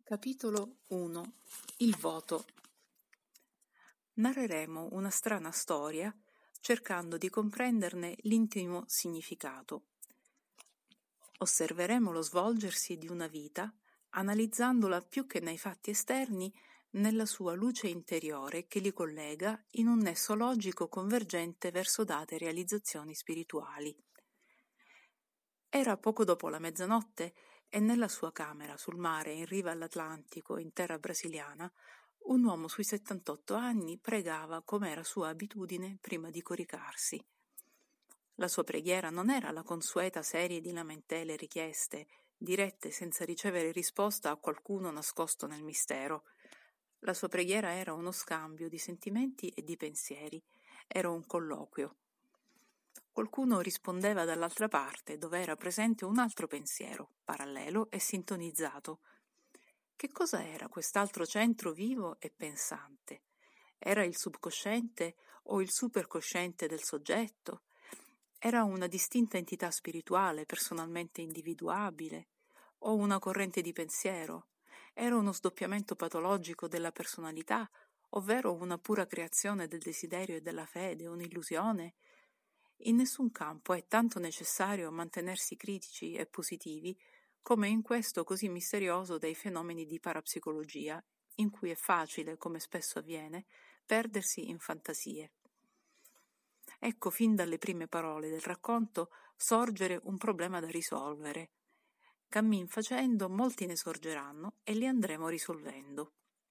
Capitolo 1. Il voto. Narreremo una strana storia cercando di comprenderne l'intimo significato. Osserveremo lo svolgersi di una vita, analizzandola più che nei fatti esterni, nella sua luce interiore che li collega in un nesso logico convergente verso date realizzazioni spirituali. Era poco dopo la mezzanotte e nella sua camera sul mare in riva all'Atlantico, in terra brasiliana, un uomo sui 78 anni pregava come era sua abitudine prima di coricarsi. La sua preghiera non era la consueta serie di lamentele e richieste, dirette senza ricevere risposta a qualcuno nascosto nel mistero. La sua preghiera era uno scambio di sentimenti e di pensieri, era un colloquio. Qualcuno rispondeva dall'altra parte, dove era presente un altro pensiero, parallelo e sintonizzato. Che cosa era quest'altro centro vivo e pensante? Era il subconsciente o il superconsciente del soggetto? Era una distinta entità spirituale, personalmente individuabile? O una corrente di pensiero? Era uno sdoppiamento patologico della personalità, ovvero una pura creazione del desiderio e della fede, un'illusione? In nessun campo è tanto necessario mantenersi critici e positivi come in questo così misterioso dei fenomeni di parapsicologia, in cui è facile, come spesso avviene, perdersi in fantasie. Ecco fin dalle prime parole del racconto sorgere un problema da risolvere. Cammin facendo molti ne sorgeranno e li andremo risolvendo.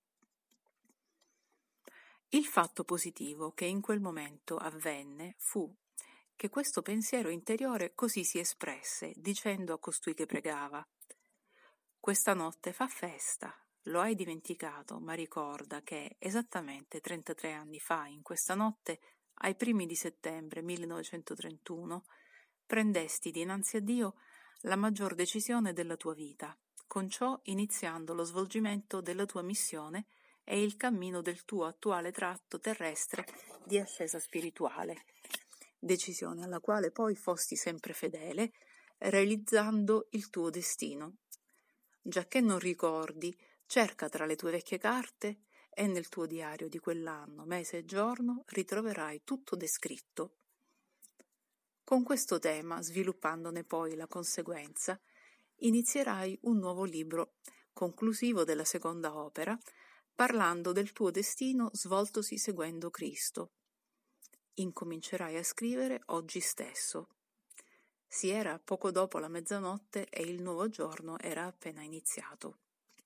Il fatto positivo che in quel momento avvenne fu che questo pensiero interiore così si espresse, dicendo a costui che pregava: «Questa notte fa festa, lo hai dimenticato, ma ricorda che esattamente 33 anni fa, in questa notte, ai primi di settembre 1931, prendesti dinanzi a Dio la maggior decisione della tua vita, con ciò iniziando lo svolgimento della tua missione e il cammino del tuo attuale tratto terrestre di ascesa spirituale. Decisione alla quale poi fosti sempre fedele, realizzando il tuo destino. Giacché non ricordi, cerca tra le tue vecchie carte e nel tuo diario di quell'anno, mese e giorno, ritroverai tutto descritto. Con questo tema, sviluppandone poi la conseguenza, inizierai un nuovo libro, conclusivo della seconda opera, parlando del tuo destino svoltosi seguendo Cristo. Incomincerai a scrivere oggi stesso. Si era poco dopo la mezzanotte e il nuovo giorno era appena iniziato.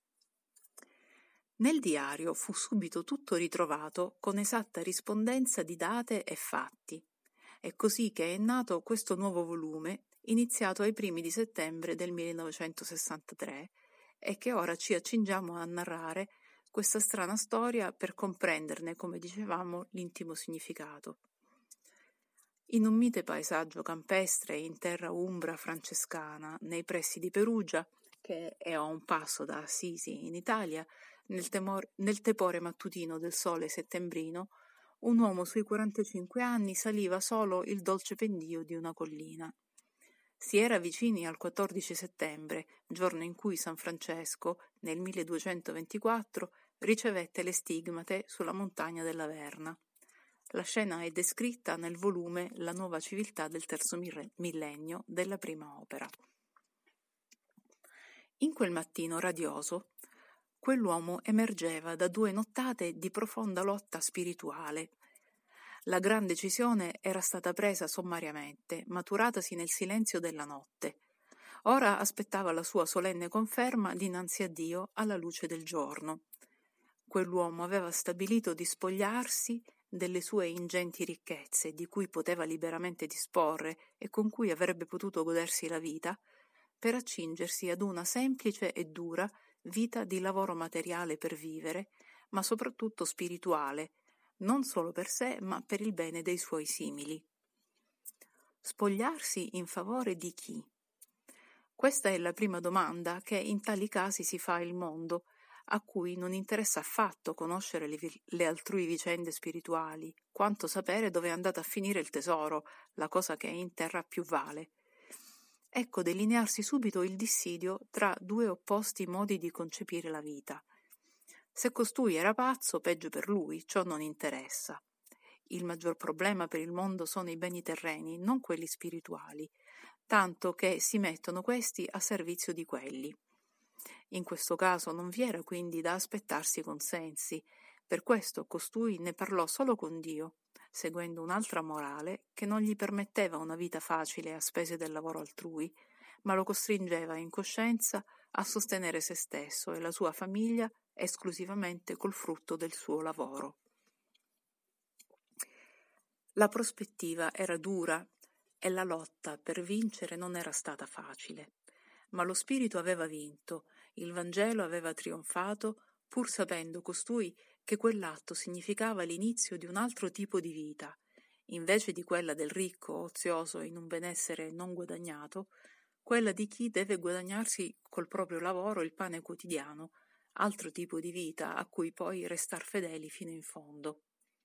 Nel diario fu subito tutto ritrovato con esatta rispondenza di date e fatti. È così che è nato questo nuovo volume, iniziato ai primi di settembre del 1963, e che ora ci accingiamo a narrare questa strana storia per comprenderne, come dicevamo, l'intimo significato. In un mite paesaggio campestre in terra umbra francescana, nei pressi di Perugia, che è a un passo da Assisi in Italia, nel tepore mattutino del sole settembrino, un uomo sui 45 anni saliva solo il dolce pendio di una collina. Si era vicini al 14 settembre, giorno in cui San Francesco, nel 1224, ricevette le stigmate sulla montagna della Verna. La scena è descritta nel volume La nuova civiltà del terzo millennio della prima opera. In quel mattino radioso, quell'uomo emergeva da 2 nottate di profonda lotta spirituale. La gran decisione era stata presa sommariamente, maturatasi nel silenzio della notte. Ora aspettava la sua solenne conferma dinanzi a Dio alla luce del giorno. Quell'uomo aveva stabilito di spogliarsi delle sue ingenti ricchezze, di cui poteva liberamente disporre e con cui avrebbe potuto godersi la vita, per accingersi ad una semplice e dura vita di lavoro materiale per vivere, ma soprattutto spirituale, non solo per sé, ma per il bene dei suoi simili. Spogliarsi in favore di chi? Questa è la prima domanda che in tali casi si fa il mondo, a cui non interessa affatto conoscere le altrui vicende spirituali, quanto sapere dove è andato a finire il tesoro, la cosa che in terra più vale. ecco delinearsi subito il dissidio tra due opposti modi di concepire la vita. Se costui era pazzo, peggio per lui, ciò non interessa. Il maggior problema per il mondo sono i beni terreni, non quelli spirituali, tanto che si mettono questi a servizio di quelli. In questo caso non vi era quindi da aspettarsi consensi, per questo costui ne parlò solo con Dio, seguendo un'altra morale che non gli permetteva una vita facile a spese del lavoro altrui, ma lo costringeva in coscienza a sostenere se stesso e la sua famiglia esclusivamente col frutto del suo lavoro. La prospettiva era dura e la lotta per vincere non era stata facile, ma lo spirito aveva vinto, il Vangelo aveva trionfato, pur sapendo costui che quell'atto significava l'inizio di un altro tipo di vita, invece di quella del ricco ozioso in un benessere non guadagnato, quella di chi deve guadagnarsi col proprio lavoro il pane quotidiano, altro tipo di vita a cui poi restar fedeli fino in fondo.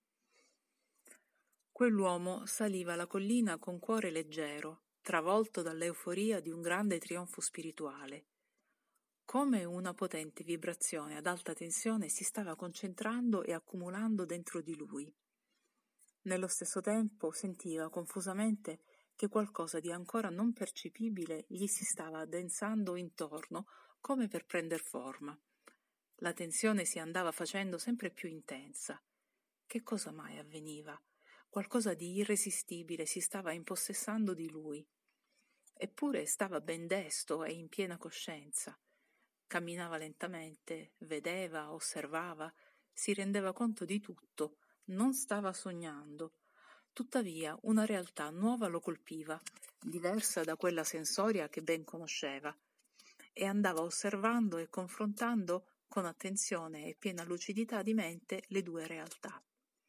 Quell'uomo saliva la collina con cuore leggero, travolto dall'euforia di un grande trionfo spirituale. Come una potente vibrazione ad alta tensione si stava concentrando e accumulando dentro di lui. Nello stesso tempo sentiva confusamente che qualcosa di ancora non percepibile gli si stava addensando intorno come per prender forma. La tensione si andava facendo sempre più intensa. Che cosa mai avveniva? Qualcosa di irresistibile si stava impossessando di lui. Eppure stava ben desto e in piena coscienza. Camminava lentamente, vedeva, osservava, si rendeva conto di tutto, non stava sognando. Tuttavia una realtà nuova lo colpiva, diversa da quella sensoria che ben conosceva, e andava osservando e confrontando con attenzione e piena lucidità di mente le due realtà.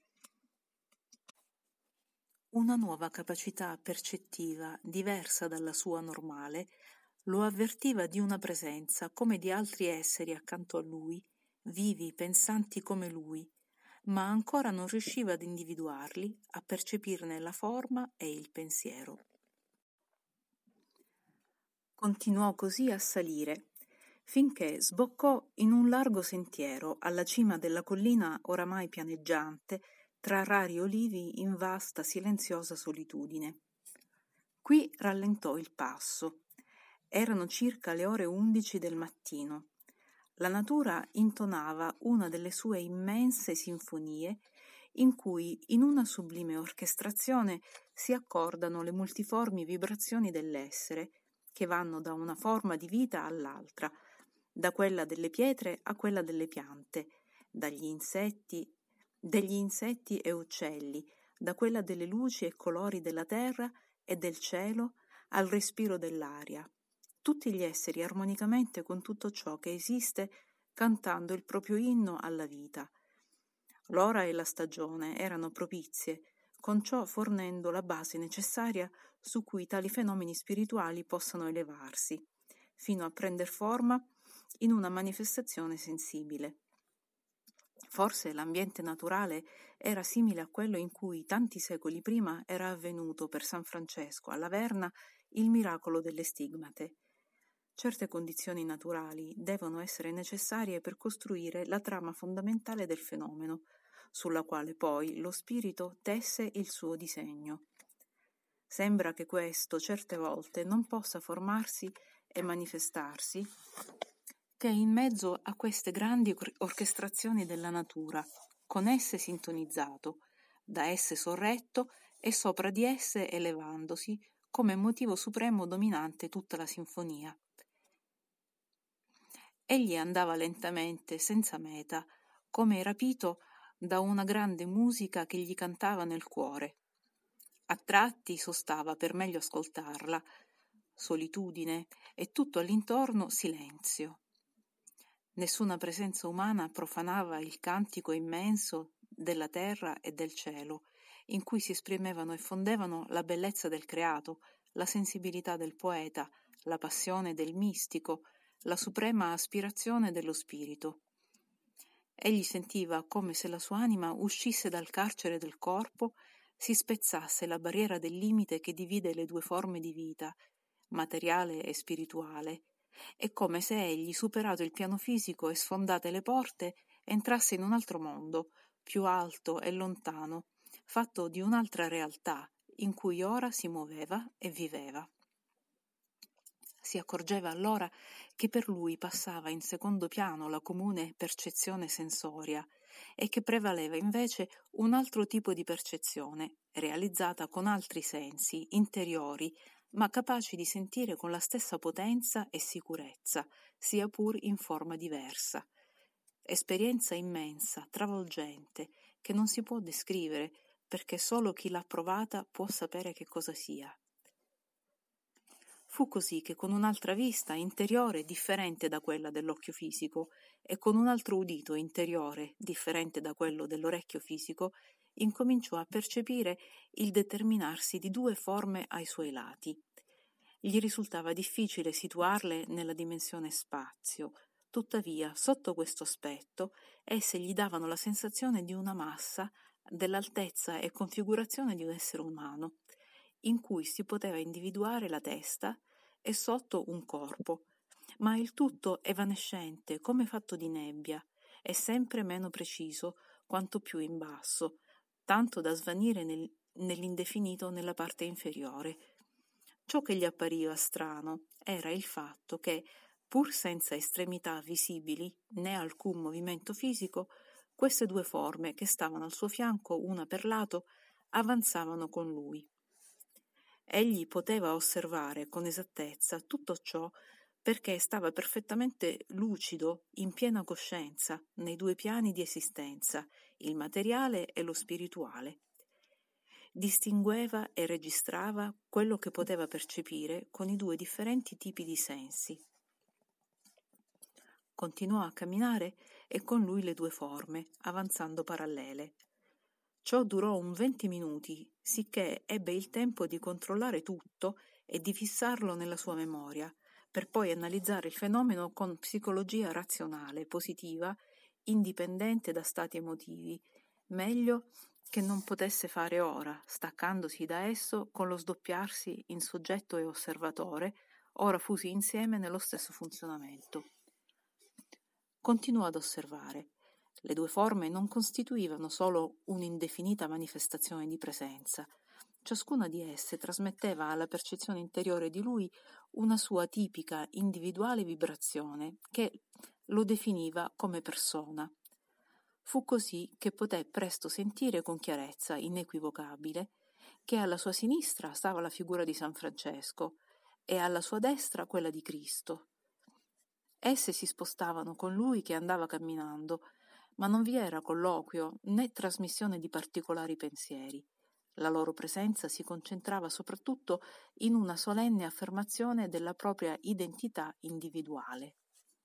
Una nuova capacità percettiva, diversa dalla sua normale, lo avvertiva di una presenza come di altri esseri accanto a lui, vivi, pensanti come lui, ma ancora non riusciva ad individuarli, a percepirne la forma e il pensiero. Continuò così a salire, finché sboccò in un largo sentiero alla cima della collina oramai pianeggiante, tra rari olivi in vasta silenziosa solitudine. Qui rallentò il passo. Erano circa le ore 11 del mattino. La natura intonava una delle sue immense sinfonie in cui in una sublime orchestrazione si accordano le multiformi vibrazioni dell'essere che vanno da una forma di vita all'altra, da quella delle pietre a quella delle piante, degli insetti e uccelli, da quella delle luci e colori della terra e del cielo al respiro dell'aria. Tutti gli esseri armonicamente con tutto ciò che esiste, cantando il proprio inno alla vita. L'ora e la stagione erano propizie, con ciò fornendo la base necessaria su cui tali fenomeni spirituali possano elevarsi, fino a prender forma in una manifestazione sensibile. Forse l'ambiente naturale era simile a quello in cui tanti secoli prima era avvenuto per San Francesco alla Verna il miracolo delle stigmate. Certe condizioni naturali devono essere necessarie per costruire la trama fondamentale del fenomeno, sulla quale poi lo spirito tesse il suo disegno. Sembra che questo certe volte non possa formarsi e manifestarsi che in mezzo a queste grandi orchestrazioni della natura, con esse sintonizzato, da esse sorretto e sopra di esse elevandosi come motivo supremo dominante tutta la sinfonia. Egli andava lentamente, senza meta, come rapito da una grande musica che gli cantava nel cuore. A tratti sostava per meglio ascoltarla, solitudine e tutto all'intorno silenzio. Nessuna presenza umana profanava il cantico immenso della terra e del cielo, in cui si esprimevano e fondevano la bellezza del creato, la sensibilità del poeta, la passione del mistico, la suprema aspirazione dello spirito. Egli sentiva come se la sua anima uscisse dal carcere del corpo, si spezzasse la barriera del limite che divide le due forme di vita, materiale e spirituale. È come se egli, superato il piano fisico e sfondate le porte, entrasse in un altro mondo, più alto e lontano, fatto di un'altra realtà, in cui ora si muoveva e viveva. Si accorgeva allora che per lui passava in secondo piano la comune percezione sensoria e che prevaleva invece un altro tipo di percezione, realizzata con altri sensi, interiori, ma capaci di sentire con la stessa potenza e sicurezza, sia pur in forma diversa. Esperienza immensa, travolgente, che non si può descrivere, perché solo chi l'ha provata può sapere che cosa sia. Fu così che con un'altra vista interiore differente da quella dell'occhio fisico e con un altro udito interiore differente da quello dell'orecchio fisico, incominciò a percepire il determinarsi di due forme ai suoi lati. Gli risultava difficile situarle nella dimensione spazio, tuttavia sotto questo aspetto esse gli davano la sensazione di una massa dell'altezza e configurazione di un essere umano, in cui si poteva individuare la testa e sotto un corpo, ma il tutto evanescente come fatto di nebbia e sempre meno preciso quanto più in basso, tanto da svanire nell'indefinito nella parte inferiore. Ciò che gli appariva strano era il fatto che, pur senza estremità visibili né alcun movimento fisico, queste due forme che stavano al suo fianco una per lato avanzavano con lui. Egli poteva osservare con esattezza tutto ciò perché stava perfettamente lucido, in piena coscienza, nei due piani di esistenza, il materiale e lo spirituale. Distingueva e registrava quello che poteva percepire con i due differenti tipi di sensi. Continuò a camminare e con lui le due forme, avanzando parallele. Ciò durò 20 minuti, sicché ebbe il tempo di controllare tutto e di fissarlo nella sua memoria, per poi analizzare il fenomeno con psicologia razionale, positiva, indipendente da stati emotivi, meglio che non potesse fare ora, staccandosi da esso con lo sdoppiarsi in soggetto e osservatore, ora fusi insieme nello stesso funzionamento. Continuò ad osservare. Le due forme non costituivano solo un'indefinita manifestazione di presenza. Ciascuna di esse trasmetteva alla percezione interiore di lui una sua tipica, individuale vibrazione che lo definiva come persona. Fu così che poté presto sentire con chiarezza inequivocabile che alla sua sinistra stava la figura di San Francesco e alla sua destra quella di Cristo. Esse si spostavano con lui che andava camminando, ma non vi era colloquio né trasmissione di particolari pensieri. La loro presenza si concentrava soprattutto in una solenne affermazione della propria identità individuale.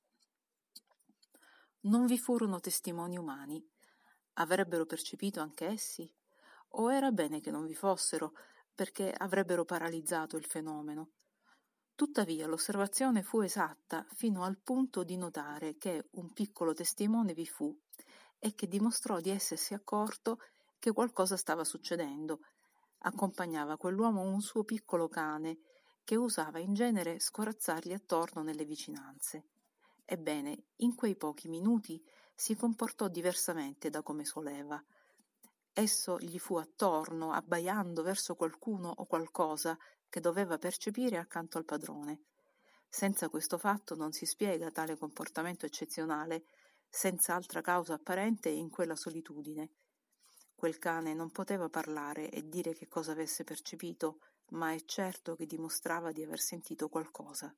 Non vi furono testimoni umani. Avrebbero percepito anche essi? O era bene che non vi fossero, perché avrebbero paralizzato il fenomeno? Tuttavia l'osservazione fu esatta fino al punto di notare che un piccolo testimone vi fu e che dimostrò di essersi accorto che qualcosa stava succedendo. Accompagnava quell'uomo un suo piccolo cane che usava in genere scorazzargli attorno nelle vicinanze. Ebbene, in quei pochi minuti si comportò diversamente da come soleva. Esso gli fu attorno, abbaiando verso qualcuno o qualcosa che doveva percepire accanto al padrone. Senza questo fatto non si spiega tale comportamento eccezionale, senza altra causa apparente in quella solitudine. Quel cane non poteva parlare e dire che cosa avesse percepito, ma è certo che dimostrava di aver sentito qualcosa.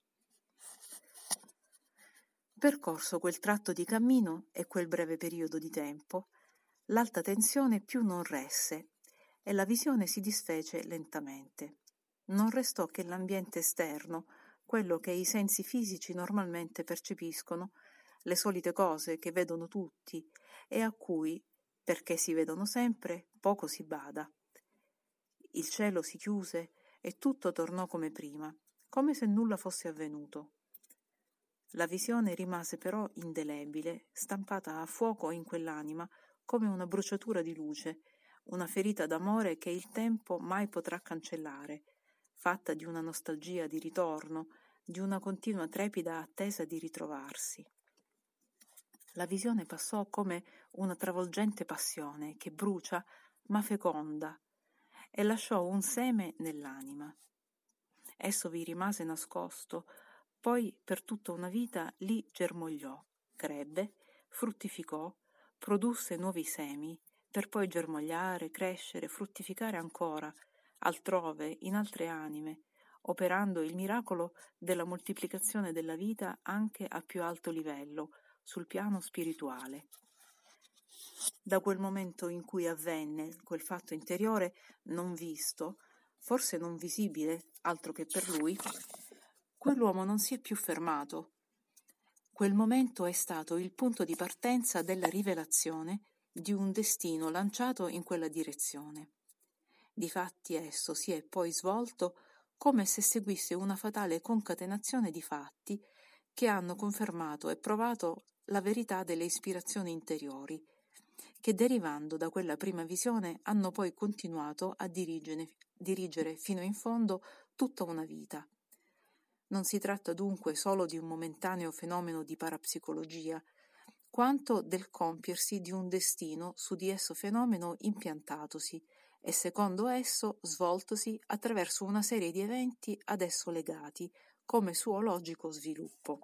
Percorso quel tratto di cammino e quel breve periodo di tempo, l'alta tensione più non resse e la visione si disfece lentamente. Non restò che l'ambiente esterno, quello che i sensi fisici normalmente percepiscono, le solite cose che vedono tutti e a cui, perché si vedono sempre, poco si bada. Il cielo si chiuse e tutto tornò come prima, come se nulla fosse avvenuto. La visione rimase però indelebile, stampata a fuoco in quell'anima come una bruciatura di luce, una ferita d'amore che il tempo mai potrà cancellare, fatta di una nostalgia di ritorno, di una continua trepida attesa di ritrovarsi. La visione passò come una travolgente passione che brucia ma feconda e lasciò un seme nell'anima. Esso vi rimase nascosto, poi per tutta una vita lì germogliò, crebbe, fruttificò, produsse nuovi semi, per poi germogliare, crescere, fruttificare ancora, altrove, in altre anime, operando il miracolo della moltiplicazione della vita anche a più alto livello, sul piano spirituale. Da quel momento in cui avvenne quel fatto interiore non visto, forse non visibile, altro che per lui, quell'uomo non si è più fermato. Quel momento è stato il punto di partenza della rivelazione di un destino lanciato in quella direzione. Difatti esso si è poi svolto come se seguisse una fatale concatenazione di fatti che hanno confermato e provato la verità delle ispirazioni interiori, che derivando da quella prima visione hanno poi continuato a dirigere fino in fondo tutta una vita. Non si tratta dunque solo di un momentaneo fenomeno di parapsicologia, quanto del compiersi di un destino su di esso fenomeno impiantatosi e secondo esso svoltosi attraverso una serie di eventi ad esso legati come suo logico sviluppo.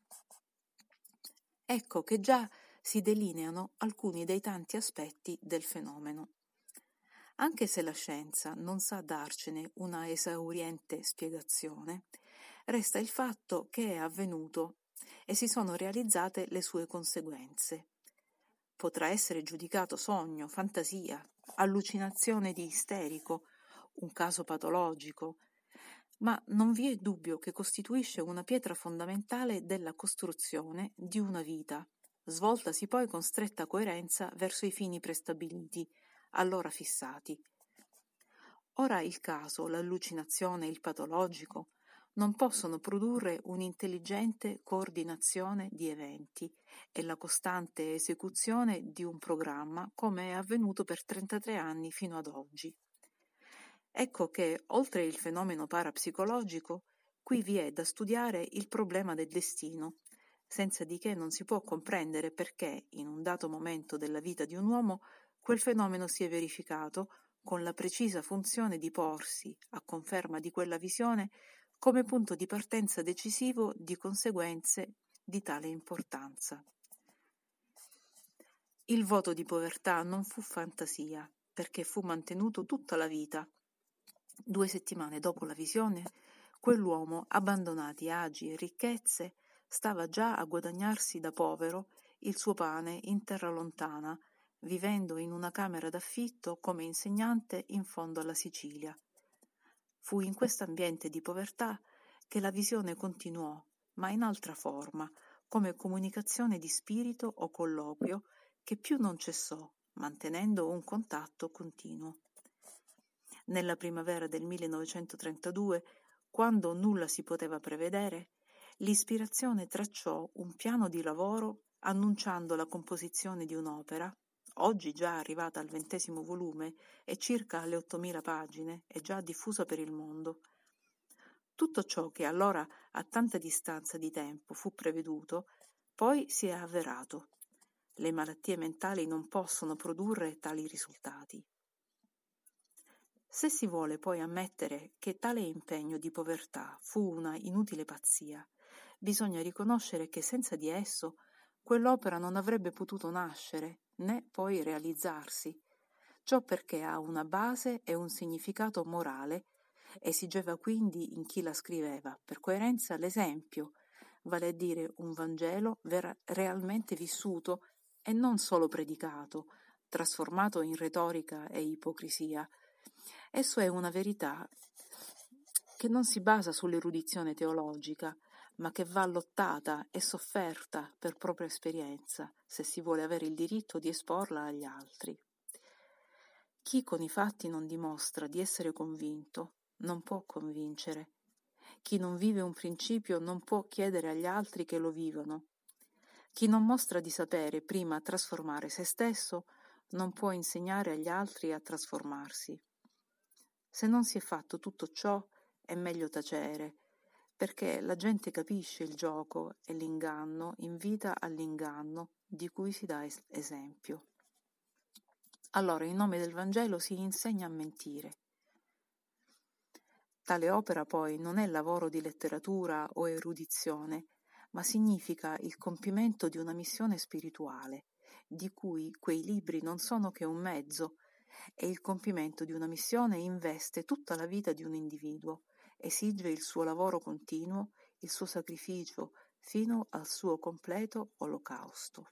Ecco che già si delineano alcuni dei tanti aspetti del fenomeno. Anche se la scienza non sa darcene una esauriente spiegazione, resta il fatto che è avvenuto e si sono realizzate le sue conseguenze. Potrà essere giudicato sogno, fantasia, allucinazione di isterico, un caso patologico, ma non vi è dubbio che costituisce una pietra fondamentale della costruzione di una vita, svoltasi poi con stretta coerenza verso i fini prestabiliti, allora fissati. Ora il caso, l'allucinazione, il patologico non possono produrre un'intelligente coordinazione di eventi e la costante esecuzione di un programma come è avvenuto per 33 anni fino ad oggi. Ecco che, oltre il fenomeno parapsicologico, qui vi è da studiare il problema del destino, senza di che non si può comprendere perché, in un dato momento della vita di un uomo, quel fenomeno si è verificato con la precisa funzione di porsi, a conferma di quella visione, come punto di partenza decisivo di conseguenze di tale importanza. Il voto di povertà non fu fantasia, perché fu mantenuto tutta la vita. 2 settimane dopo la visione, quell'uomo, abbandonati agi e ricchezze, stava già a guadagnarsi da povero il suo pane in terra lontana, vivendo in una camera d'affitto come insegnante in fondo alla Sicilia. Fu in quest'ambiente di povertà che la visione continuò, ma in altra forma, come comunicazione di spirito o colloquio, che più non cessò, mantenendo un contatto continuo. Nella primavera del 1932, quando nulla si poteva prevedere, l'ispirazione tracciò un piano di lavoro annunciando la composizione di un'opera, oggi già arrivata al 20° volume e circa alle 8.000 pagine e già diffusa per il mondo. Tutto ciò che allora a tanta distanza di tempo fu preveduto, poi si è avverato. Le malattie mentali non possono produrre tali risultati. Se si vuole poi ammettere che tale impegno di povertà fu una inutile pazzia, bisogna riconoscere che senza di esso quell'opera non avrebbe potuto nascere né poi realizzarsi. Ciò perché ha una base e un significato morale, esigeva quindi in chi la scriveva, per coerenza, l'esempio, vale a dire un Vangelo realmente vissuto e non solo predicato, trasformato in retorica e ipocrisia. Esso è una verità che non si basa sull'erudizione teologica, ma che va lottata e sofferta per propria esperienza, se si vuole avere il diritto di esporla agli altri. Chi con i fatti non dimostra di essere convinto, non può convincere. Chi non vive un principio non può chiedere agli altri che lo vivano. Chi non mostra di sapere prima trasformare se stesso, non può insegnare agli altri a trasformarsi. Se non si è fatto tutto ciò, è meglio tacere, perché la gente capisce il gioco e l'inganno invita all'inganno di cui si dà esempio. Allora, in nome del Vangelo si insegna a mentire. Tale opera poi non è lavoro di letteratura o erudizione, ma significa il compimento di una missione spirituale, di cui quei libri non sono che un mezzo, e il compimento di una missione investe tutta la vita di un individuo, esige il suo lavoro continuo, il suo sacrificio, fino al suo completo olocausto.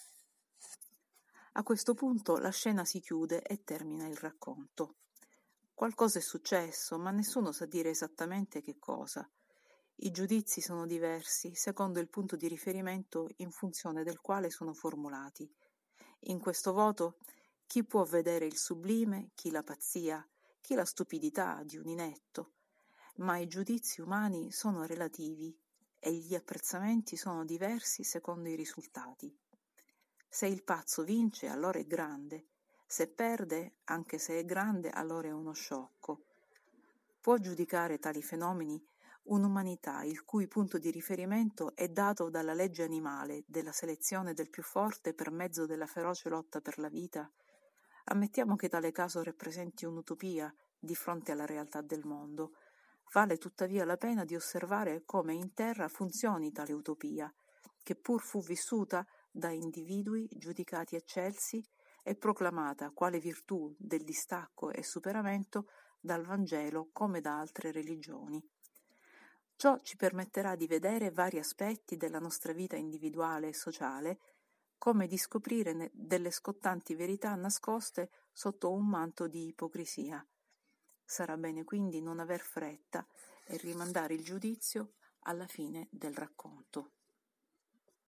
A questo punto la scena si chiude e termina il racconto. Qualcosa è successo, ma nessuno sa dire esattamente che cosa. I giudizi sono diversi secondo il punto di riferimento in funzione del quale sono formulati. In questo voto chi può vedere il sublime, chi la pazzia, chi la stupidità di un inetto, ma i giudizi umani sono relativi e gli apprezzamenti sono diversi secondo i risultati. Se il pazzo vince, allora è grande, se perde, anche se è grande, allora è uno sciocco. Può giudicare tali fenomeni un'umanità il cui punto di riferimento è dato dalla legge animale della selezione del più forte per mezzo della feroce lotta per la vita? Ammettiamo che tale caso rappresenti un'utopia di fronte alla realtà del mondo. Vale tuttavia la pena di osservare come in terra funzioni tale utopia, che pur fu vissuta da individui giudicati eccelsi e proclamata quale virtù del distacco e superamento dal Vangelo come da altre religioni. Ciò ci permetterà di vedere vari aspetti della nostra vita individuale e sociale, come di scoprire delle scottanti verità nascoste sotto un manto di ipocrisia. Sarà bene quindi non aver fretta e rimandare il giudizio alla fine del racconto.